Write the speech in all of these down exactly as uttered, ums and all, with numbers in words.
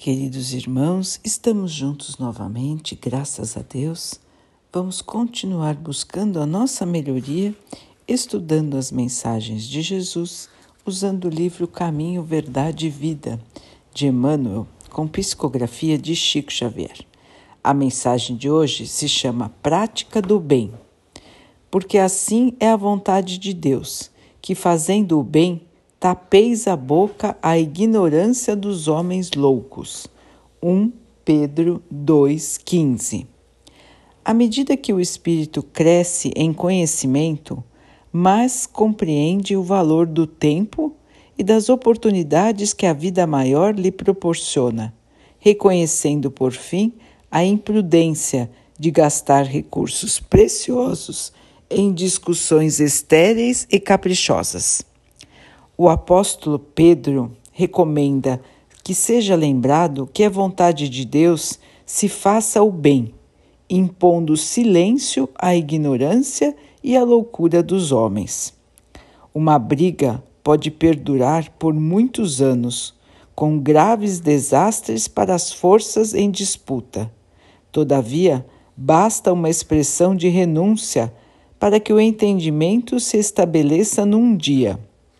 Queridos irmãos, estamos juntos novamente, graças a Deus. Vamos continuar buscando a nossa melhoria, estudando as mensagens de Jesus, usando o livro Caminho, Verdade e Vida, de Emmanuel, com psicografia de Chico Xavier. A mensagem de hoje se chama Prática do Bem, porque assim é a vontade de Deus, que fazendo o bem, tapeis a boca à ignorância dos homens loucos. um Pedro dois, quinze. À medida que o espírito cresce em conhecimento, mais compreende o valor do tempo e das oportunidades que a vida maior lhe proporciona, reconhecendo, por fim, a imprudência de gastar recursos preciosos em discussões estéreis e caprichosas. O apóstolo Pedro recomenda que seja lembrado que a vontade de Deus se faça o bem, impondo silêncio à ignorância e à loucura dos homens. Uma briga pode perdurar por muitos anos, com graves desastres para as forças em disputa. Todavia, basta uma expressão de renúncia para que o entendimento se estabeleça num dia.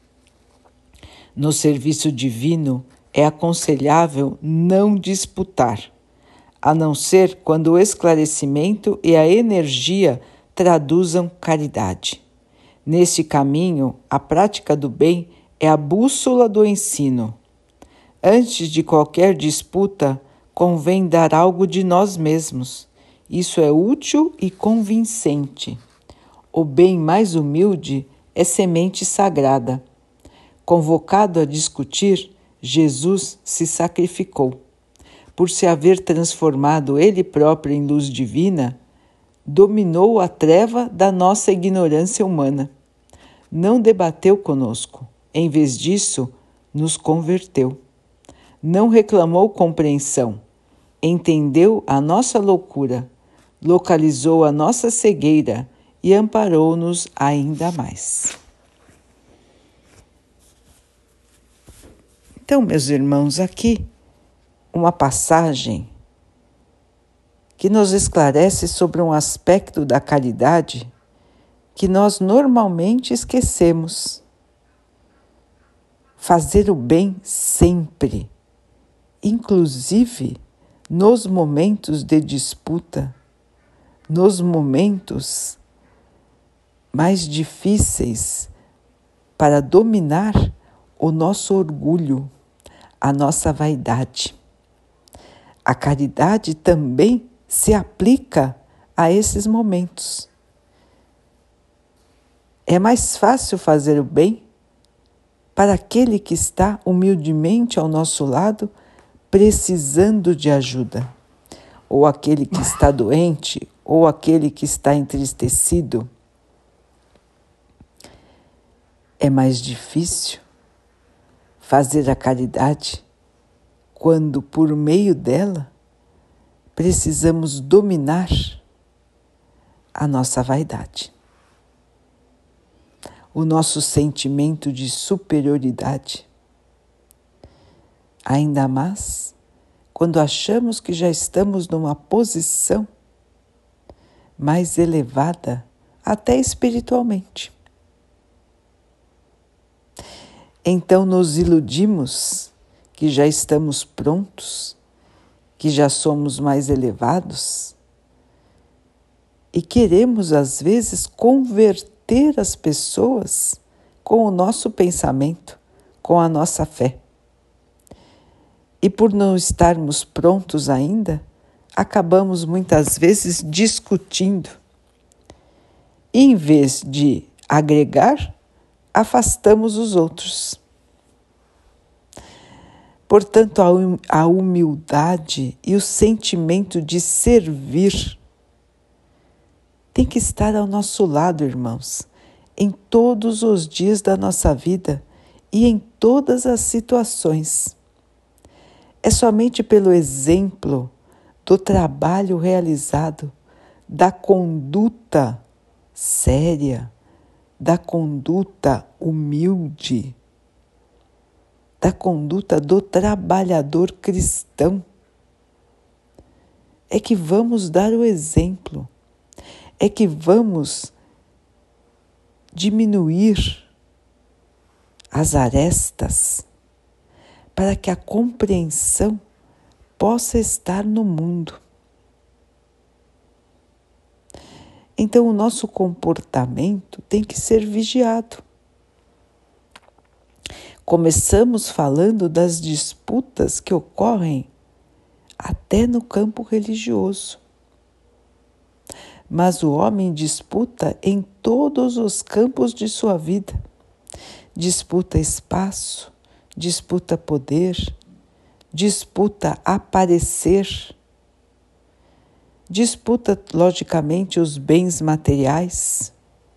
No serviço divino, é aconselhável não disputar, a não ser quando o esclarecimento e a energia traduzam caridade. Neste caminho, a prática do bem é a bússola do ensino. Antes de qualquer disputa, convém dar algo de nós mesmos. Isso é útil e convincente. O bem mais humilde é semente sagrada. Convocado a discutir, Jesus se sacrificou. Por se haver transformado ele próprio em luz divina, dominou a treva da nossa ignorância humana. Não debateu conosco, em vez disso, nos converteu. Não reclamou compreensão, entendeu a nossa loucura, localizou a nossa cegueira e amparou-nos ainda mais. Então, meus irmãos, aqui uma passagem que nos esclarece sobre um aspecto da caridade que nós normalmente esquecemos. Fazer o bem sempre, inclusive nos momentos de disputa, nos momentos mais difíceis para dominar o nosso orgulho, a nossa vaidade. A caridade também se aplica a esses momentos. É mais fácil fazer o bem para aquele que está humildemente ao nosso lado, precisando de ajuda, ou aquele que está doente, ou aquele que está entristecido. É mais difícil fazer a caridade quando, por meio dela, precisamos dominar a nossa vaidade, o nosso sentimento de superioridade. Ainda mais quando achamos que já estamos numa posição mais elevada, até espiritualmente. Então nos iludimos que já estamos prontos, que já somos mais elevados e queremos às vezes converter as pessoas com o nosso pensamento, com a nossa fé. E por não estarmos prontos ainda, acabamos muitas vezes discutindo. E em vez de agregar, afastamos os outros. Portanto, a humildade e o sentimento de servir tem que estar ao nosso lado, irmãos, em todos os dias da nossa vida e em todas as situações. É somente pelo exemplo do trabalho realizado, da conduta séria, da conduta humilde, da conduta do trabalhador cristão. É que vamos dar o exemplo, é que vamos diminuir as arestas para que a compreensão possa estar no mundo. Então, o nosso comportamento tem que ser vigiado. Começamos falando das disputas que ocorrem até no campo religioso. Mas o homem disputa em todos os campos de sua vida. Disputa espaço, disputa poder, disputa aparecer, disputa, logicamente, os bens materiais,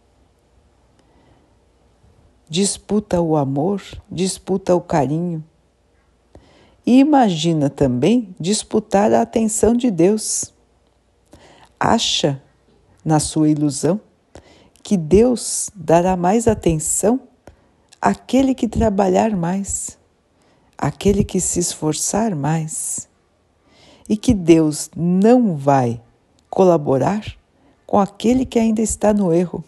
disputa o amor, disputa o carinho. E imagina também disputar a atenção de Deus. Acha, na sua ilusão, que Deus dará mais atenção àquele que trabalhar mais, àquele que se esforçar mais, e que Deus não vai colaborar com aquele que ainda está no erro.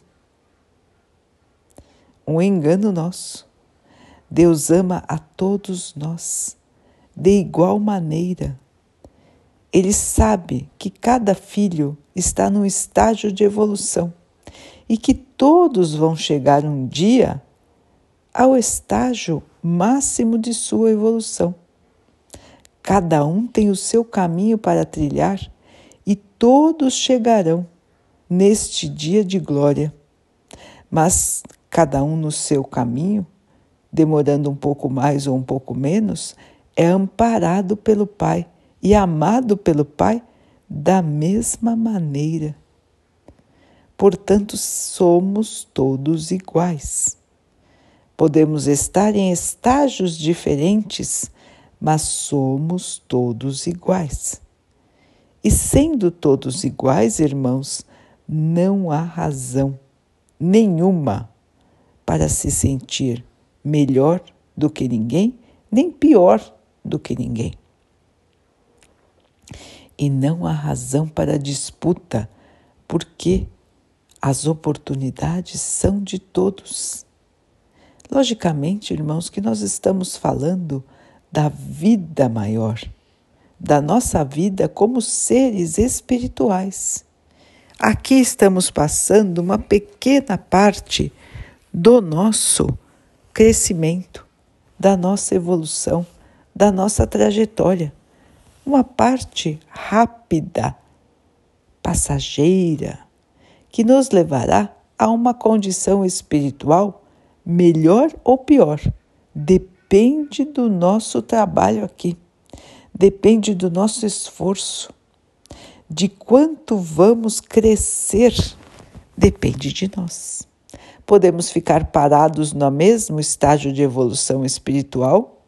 Um engano nosso. Deus ama a todos nós de igual maneira. Ele sabe que cada filho está num estágio de evolução e que todos vão chegar um dia ao estágio máximo de sua evolução. Cada um tem o seu caminho para trilhar e todos chegarão neste dia de glória. Mas cada um no seu caminho, demorando um pouco mais ou um pouco menos, é amparado pelo Pai e amado pelo Pai da mesma maneira. Portanto, somos todos iguais. Podemos estar em estágios diferentes, mas somos todos iguais. E sendo todos iguais, irmãos, não há razão nenhuma para se sentir melhor do que ninguém, nem pior do que ninguém. E não há razão para disputa, porque as oportunidades são de todos. Logicamente, irmãos, que nós estamos falando da vida maior, da nossa vida como seres espirituais. Aqui estamos passando uma pequena parte do nosso crescimento, da nossa evolução, da nossa trajetória. Uma parte rápida, passageira, que nos levará a uma condição espiritual melhor ou pior. Depende do nosso trabalho aqui, depende do nosso esforço, de quanto vamos crescer, depende de nós. Podemos ficar parados no mesmo estágio de evolução espiritual,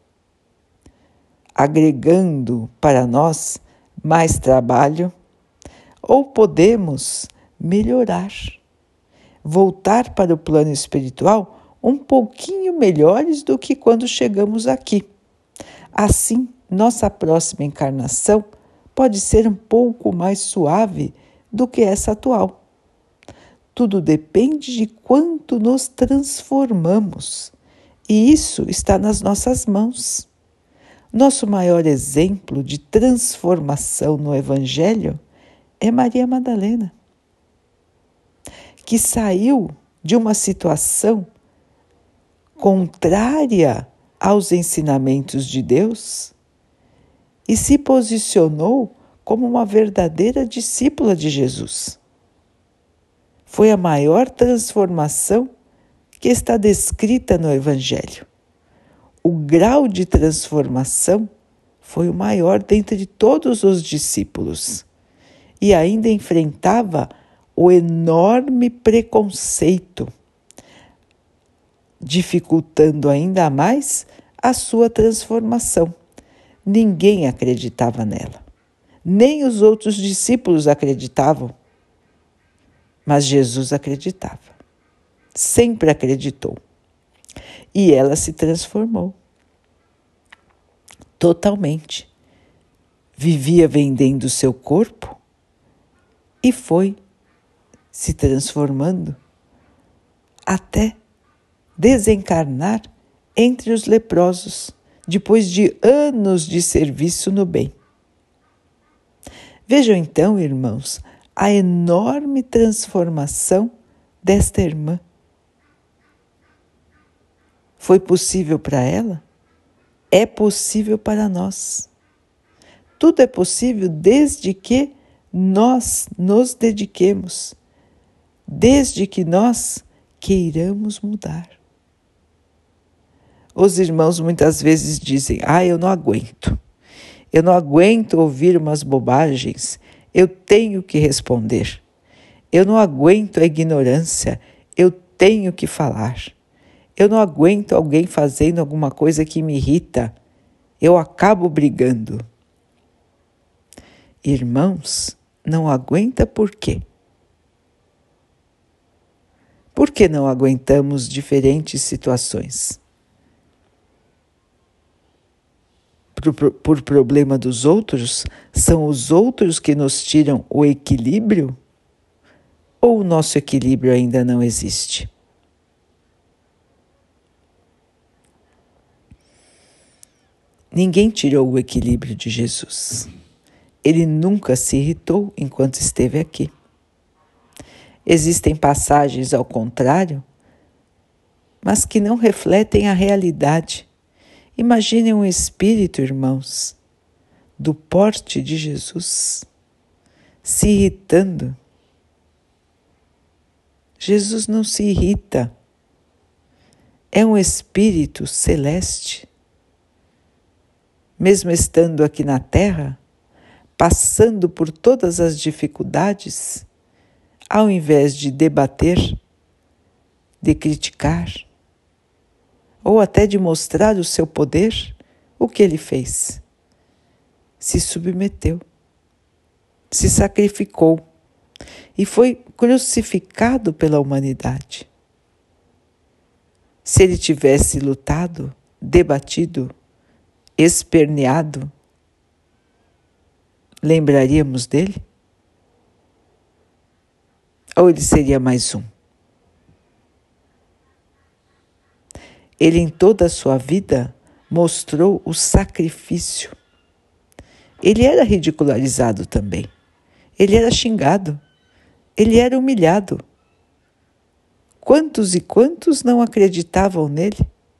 agregando para nós mais trabalho, ou podemos melhorar, voltar para o plano espiritual um pouquinho melhores do que quando chegamos aqui. Assim, nossa próxima encarnação pode ser um pouco mais suave do que essa atual. Tudo depende de quanto nos transformamos, e isso está nas nossas mãos. Nosso maior exemplo de transformação no Evangelho é Maria Madalena, que saiu de uma situação contrária aos ensinamentos de Deus e se posicionou como uma verdadeira discípula de Jesus. Foi a maior transformação que está descrita no Evangelho. O grau de transformação foi o maior dentre todos os discípulos e ainda enfrentava o enorme preconceito, dificultando ainda mais a sua transformação. Ninguém acreditava nela, nem os outros discípulos acreditavam, mas Jesus acreditava, sempre acreditou, e ela se transformou. totalmente. Vivia vendendo seu corpo e foi se transformando até desencarnar entre os leprosos, depois de anos de serviço no bem. Vejam então, irmãos, a enorme transformação desta irmã. Foi possível para ela? É possível para nós. Tudo é possível desde que nós nos dediquemos, desde que nós queiramos mudar. Os irmãos muitas vezes dizem: ah, eu não aguento, eu não aguento ouvir umas bobagens, eu tenho que responder, eu não aguento a ignorância, eu tenho que falar, eu não aguento alguém fazendo alguma coisa que me irrita, eu acabo brigando. Irmãos, não aguenta por quê? Por que não aguentamos diferentes situações? Por, por problema dos outros? São os outros que nos tiram o equilíbrio? Ou o nosso equilíbrio ainda não existe? Ninguém tirou o equilíbrio de Jesus. Ele nunca se irritou enquanto esteve aqui. Existem passagens ao contrário, mas que não refletem a realidade. Imaginem um espírito, irmãos, do porte de Jesus, se irritando. Jesus não se irrita. É um espírito celeste. Mesmo estando aqui na Terra, passando por todas as dificuldades, ao invés de debater, de criticar, ou até de mostrar o seu poder, o que ele fez? Se submeteu, se sacrificou e foi crucificado pela humanidade. Se ele tivesse lutado, debatido, esperneado, lembraríamos dele? Ou ele seria mais um? Ele, em toda a sua vida, mostrou o sacrifício. Ele era ridicularizado também. Ele era xingado. Ele era humilhado. Quantos e quantos não acreditavam nele?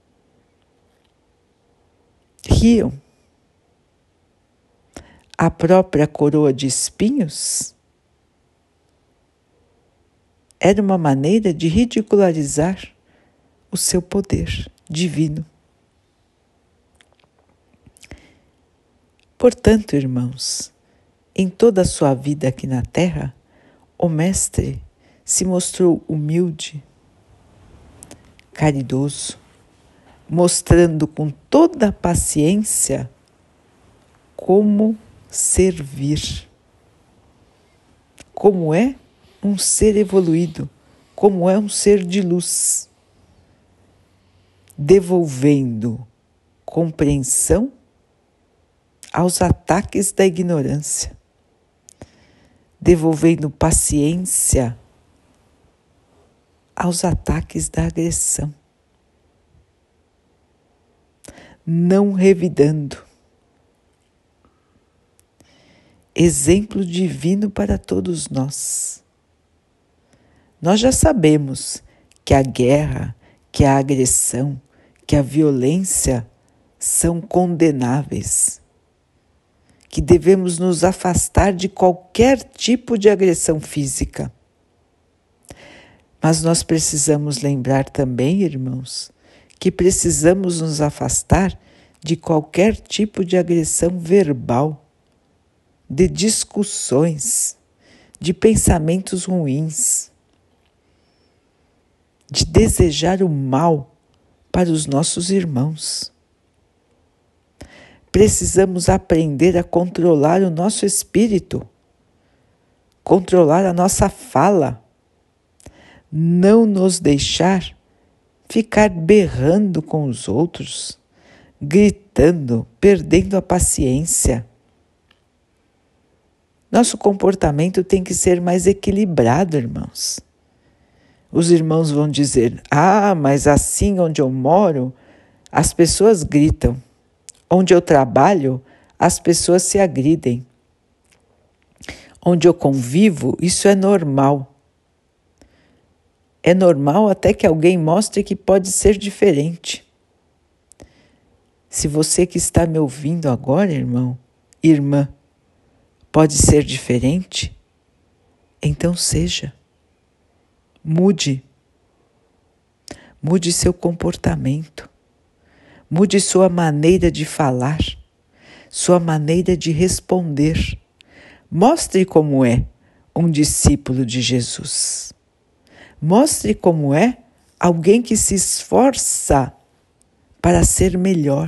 Riam. A própria coroa de espinhos era uma maneira de ridicularizar o seu poder divino. Portanto, irmãos, em toda a sua vida aqui na Terra, o Mestre se mostrou humilde, caridoso, mostrando com toda a paciência como servir, como é um ser evoluído, como é um ser de luz, devolvendo compreensão aos ataques da ignorância, devolvendo paciência aos ataques da agressão, não revidando. Exemplo divino para todos nós. Nós já sabemos que a guerra, que a agressão, que a violência são condenáveis, que devemos nos afastar de qualquer tipo de agressão física. Mas nós precisamos lembrar também, irmãos, que precisamos nos afastar de qualquer tipo de agressão verbal, de discussões, de pensamentos ruins, de desejar o mal para os nossos irmãos. Precisamos aprender a controlar o nosso espírito, controlar a nossa fala, não nos deixar ficar berrando com os outros, gritando, perdendo a paciência. Nosso comportamento tem que ser mais equilibrado, irmãos. Os irmãos vão dizer: ah, mas assim onde eu moro, as pessoas gritam. Onde eu trabalho, as pessoas se agridem. Onde eu convivo, isso é normal. É normal até que alguém mostre que pode ser diferente. Se você que está me ouvindo agora, irmão, irmã, pode ser diferente, então seja. Mude. Mude seu comportamento. Mude sua maneira de falar, sua maneira de responder. Mostre como é um discípulo de Jesus. Mostre como é alguém que se esforça para ser melhor.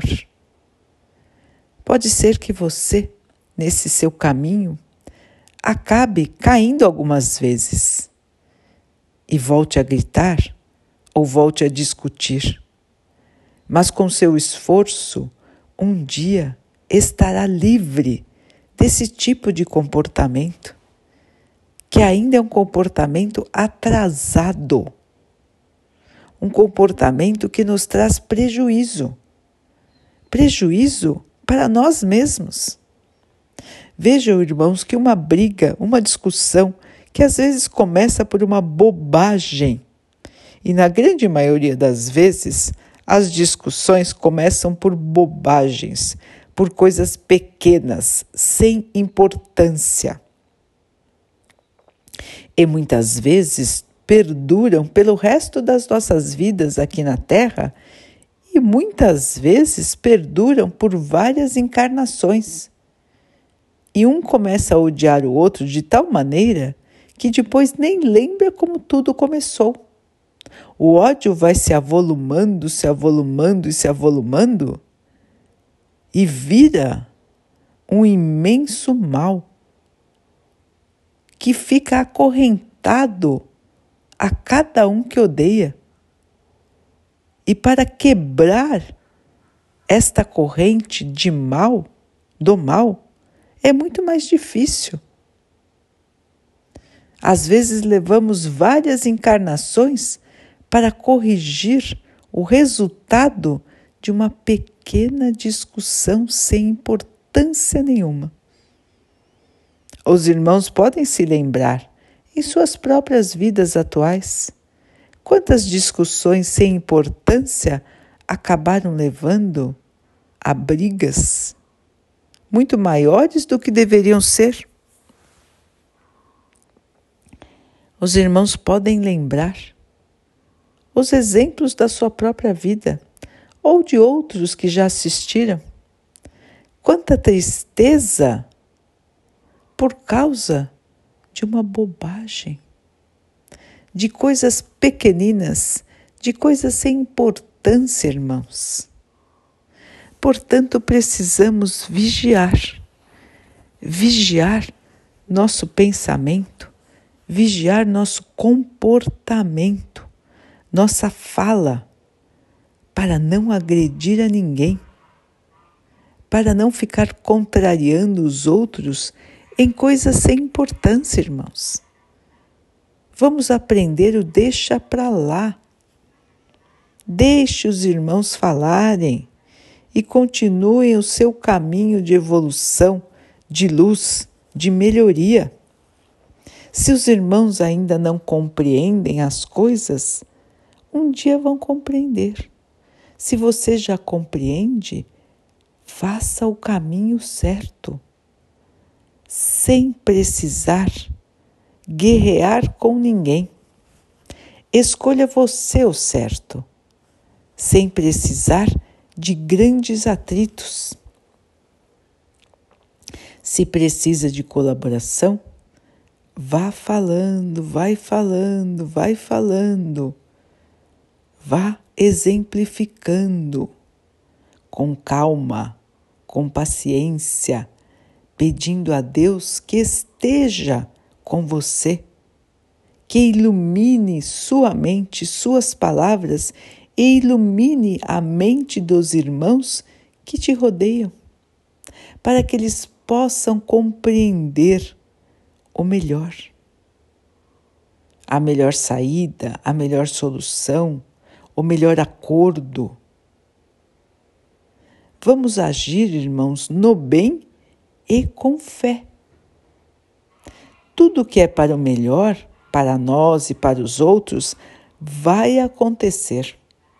Pode ser que você, nesse seu caminho, acabe caindo algumas vezes e volte a gritar ou volte a discutir. Mas com seu esforço, um dia estará livre desse tipo de comportamento, que ainda é um comportamento atrasado, um comportamento que nos traz prejuízo, prejuízo para nós mesmos. Vejam, irmãos, que uma briga, uma discussão, que às vezes começa por uma bobagem, e na grande maioria das vezes, as discussões começam por bobagens, por coisas pequenas, sem importância. E muitas vezes perduram pelo resto das nossas vidas aqui na Terra e muitas vezes perduram por várias encarnações. E um começa a odiar o outro de tal maneira que depois nem lembra como tudo começou. O ódio vai se avolumando, se avolumando e se avolumando e vira um imenso mal que fica acorrentado a cada um que odeia. E para quebrar esta corrente de mal, do mal, é muito mais difícil. Às vezes levamos várias encarnações para corrigir o resultado de uma pequena discussão sem importância nenhuma. Os irmãos podem se lembrar, em suas próprias vidas atuais, quantas discussões sem importância acabaram levando a brigas muito maiores do que deveriam ser. Os irmãos podem lembrar os exemplos da sua própria vida ou de outros que já assistiram. Quanta tristeza por causa de uma bobagem, de coisas pequeninas, de coisas sem importância, irmãos. Portanto, precisamos vigiar, vigiar nosso pensamento, vigiar nosso comportamento, nossa fala, para não agredir a ninguém, para não ficar contrariando os outros em coisas sem importância, irmãos. Vamos aprender o deixa para lá. Deixe os irmãos falarem e continuem o seu caminho de evolução, de luz, de melhoria. Se os irmãos ainda não compreendem as coisas, um dia vão compreender. Se você já compreende, faça o caminho certo, sem precisar guerrear com ninguém. Escolha você o certo, sem precisar de grandes atritos. Se precisa de colaboração, vá falando, vai falando, vai falando. Vá exemplificando, com calma, com paciência, pedindo a Deus que esteja com você, que ilumine sua mente, suas palavras e ilumine a mente dos irmãos que te rodeiam, para que eles possam compreender o melhor, a melhor saída, a melhor solução, o melhor acordo. Vamos agir, irmãos, no bem e com fé. Tudo que é para o melhor, para nós e para os outros, vai acontecer.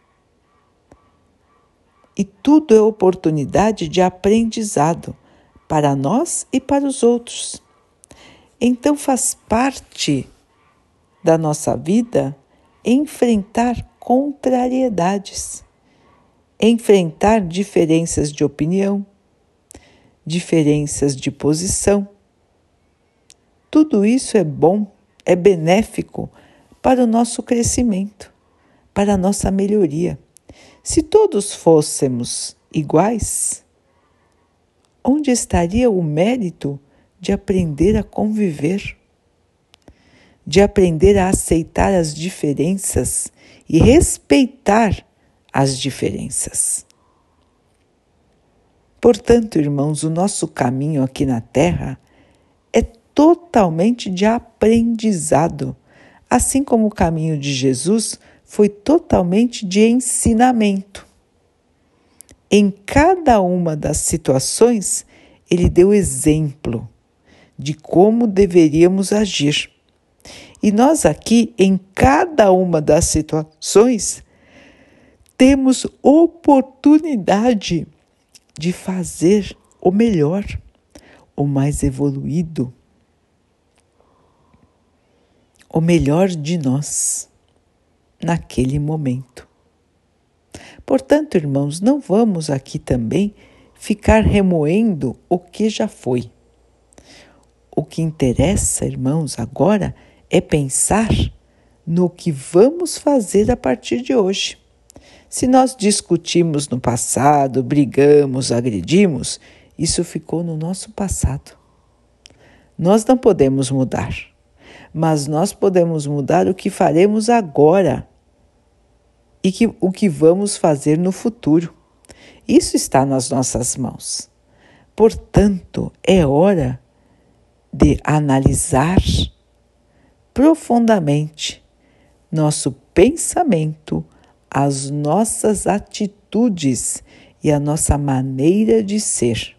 E tudo é oportunidade de aprendizado para nós e para os outros. Então faz parte da nossa vida enfrentar contrariedades, enfrentar diferenças de opinião, diferenças de posição. Tudo isso é bom, é benéfico para o nosso crescimento, para a nossa melhoria. Se todos fôssemos iguais, onde estaria o mérito de aprender a conviver, de aprender a aceitar as diferenças e respeitar as diferenças? Portanto, irmãos, o nosso caminho aqui na Terra é totalmente de aprendizado, assim como o caminho de Jesus foi totalmente de ensinamento. Em cada uma das situações, ele deu exemplo de como deveríamos agir. E nós aqui, em cada uma das situações, temos oportunidade de fazer o melhor, o mais evoluído, o melhor de nós naquele momento. Portanto, irmãos, não vamos aqui também ficar remoendo o que já foi. O que interessa, irmãos, agora é pensar no que vamos fazer a partir de hoje. Se nós discutimos no passado, brigamos, agredimos, isso ficou no nosso passado. Nós não podemos mudar, mas nós podemos mudar o que faremos agora e que, o que vamos fazer no futuro. Isso está nas nossas mãos. Portanto, é hora de analisar profundamente nosso pensamento, as nossas atitudes e a nossa maneira de ser.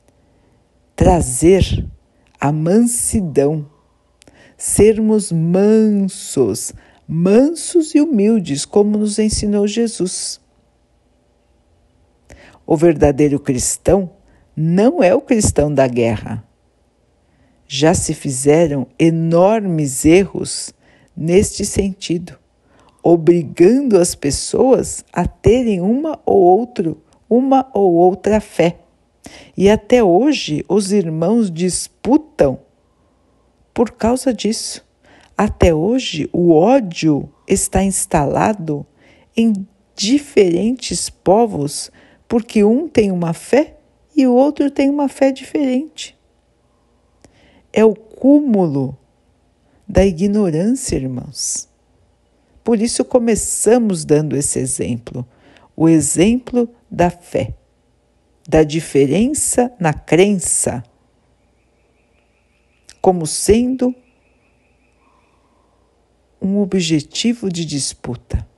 Trazer a mansidão, sermos mansos, mansos e humildes, como nos ensinou Jesus. O verdadeiro cristão não é o cristão da guerra. Já se fizeram enormes erros neste sentido, obrigando as pessoas a terem uma ou outro, uma ou outra fé. E até hoje os irmãos disputam por causa disso. Até hoje o ódio está instalado em diferentes povos, porque um tem uma fé e o outro tem uma fé diferente. É o cúmulo da ignorância, irmãos. Por isso começamos dando esse exemplo, o exemplo da fé, da diferença na crença, como sendo um objetivo de disputa.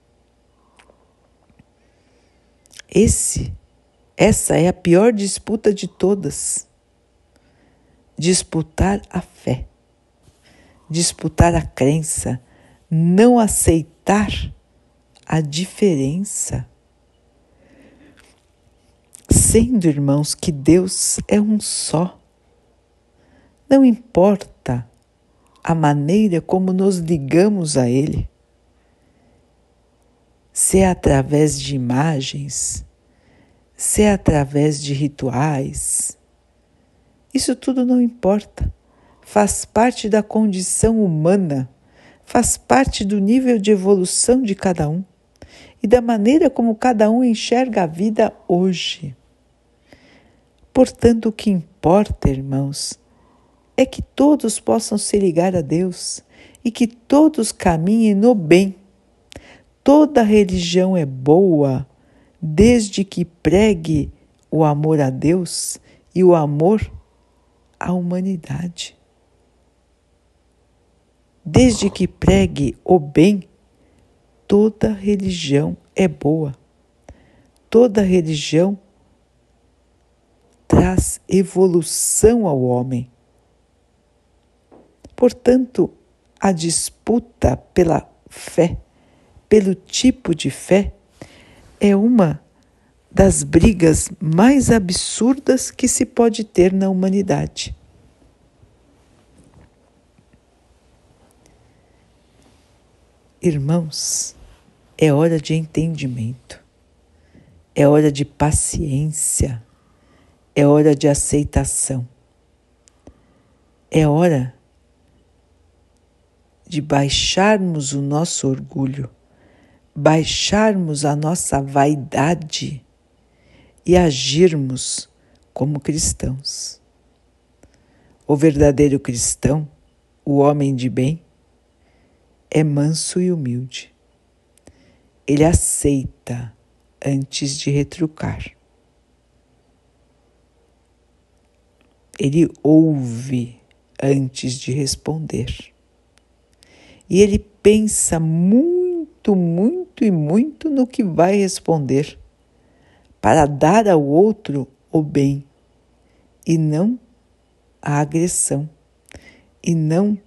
Esse, essa é a pior disputa de todas. Disputar a fé, disputar a crença, não aceitar a diferença. Sendo, irmãos, que Deus é um só. Não importa a maneira como nos ligamos a Ele, se é através de imagens, se é através de rituais, isso tudo não importa, faz parte da condição humana, faz parte do nível de evolução de cada um e da maneira como cada um enxerga a vida hoje. Portanto, o que importa, irmãos, é que todos possam se ligar a Deus e que todos caminhem no bem. Toda religião é boa desde que pregue o amor a Deus e o amor à humanidade. Desde que pregue o bem, toda religião é boa. Toda religião traz evolução ao homem. Portanto, a disputa pela fé, pelo tipo de fé, é uma das brigas mais absurdas que se pode ter na humanidade. Irmãos, é hora de entendimento, é hora de paciência, é hora de aceitação, é hora de baixarmos o nosso orgulho, baixarmos a nossa vaidade e agirmos como cristãos. O verdadeiro cristão, o homem de bem, é manso e humilde. Ele aceita antes de retrucar. Ele ouve antes de responder. E ele pensa muito, muito e muito no que vai responder, para dar ao outro o bem, e não a agressão, e não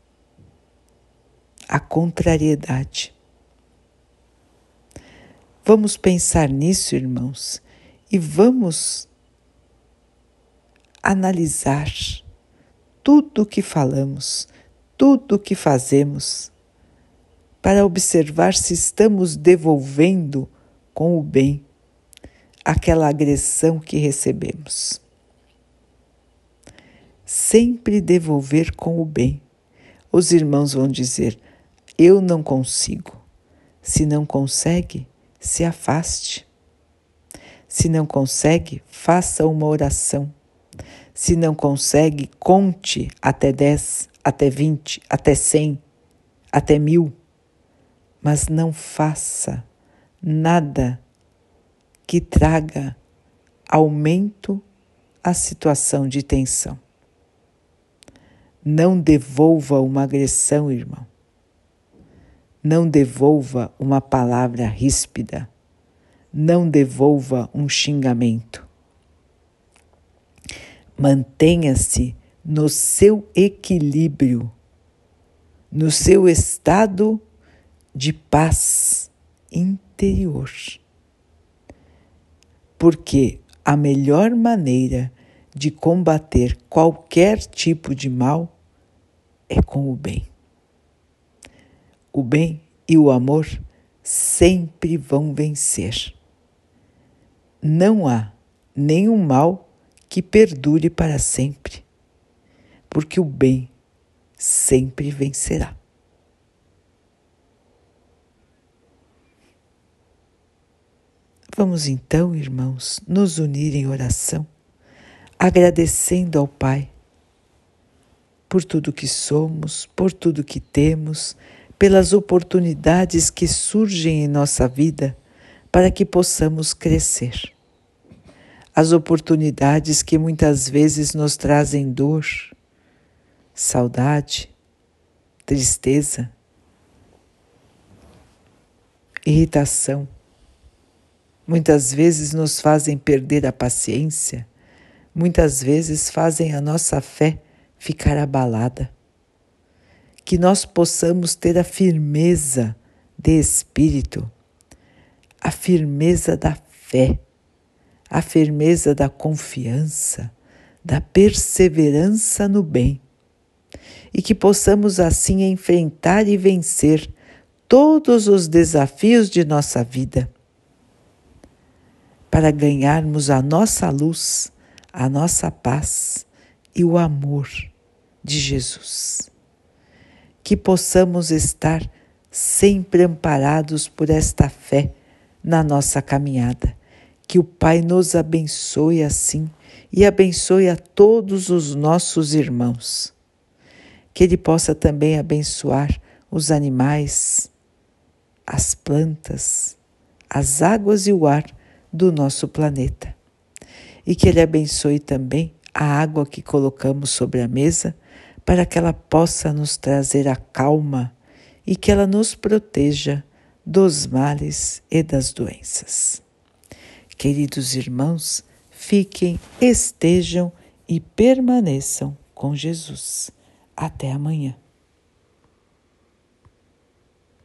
a contrariedade. Vamos pensar nisso, irmãos, e vamos analisar tudo o que falamos, tudo o que fazemos, para observar se estamos devolvendo com o bem aquela agressão que recebemos. Sempre devolver com o bem. Os irmãos vão dizer: eu não consigo. Se não consegue, se afaste. Se não consegue, faça uma oração. Se não consegue, conte até dez, até vinte, até cem, até mil. Mas não faça nada que traga aumento à situação de tensão. Não devolva uma agressão, irmão. Não devolva uma palavra ríspida. Não devolva um xingamento. Mantenha-se no seu equilíbrio, no seu estado de paz interior. Porque a melhor maneira de combater qualquer tipo de mal é com o bem. O bem e o amor sempre vão vencer. Não há nenhum mal que perdure para sempre, porque o bem sempre vencerá. Vamos então, irmãos, nos unir em oração, agradecendo ao Pai por tudo que somos, por tudo que temos, pelas oportunidades que surgem em nossa vida para que possamos crescer. As oportunidades que muitas vezes nos trazem dor, saudade, tristeza, irritação, muitas vezes nos fazem perder a paciência, muitas vezes fazem a nossa fé ficar abalada. Que nós possamos ter a firmeza de espírito, a firmeza da fé, a firmeza da confiança, da perseverança no bem, e que possamos assim enfrentar e vencer todos os desafios de nossa vida, para ganharmos a nossa luz, a nossa paz e o amor de Jesus. Que possamos estar sempre amparados por esta fé na nossa caminhada. Que o Pai nos abençoe assim e abençoe a todos os nossos irmãos. Que Ele possa também abençoar os animais, as plantas, as águas e o ar do nosso planeta. E que Ele abençoe também a água que colocamos sobre a mesa, para que ela possa nos trazer a calma e que ela nos proteja dos males e das doenças. Queridos irmãos, fiquem, estejam e permaneçam com Jesus. Até amanhã.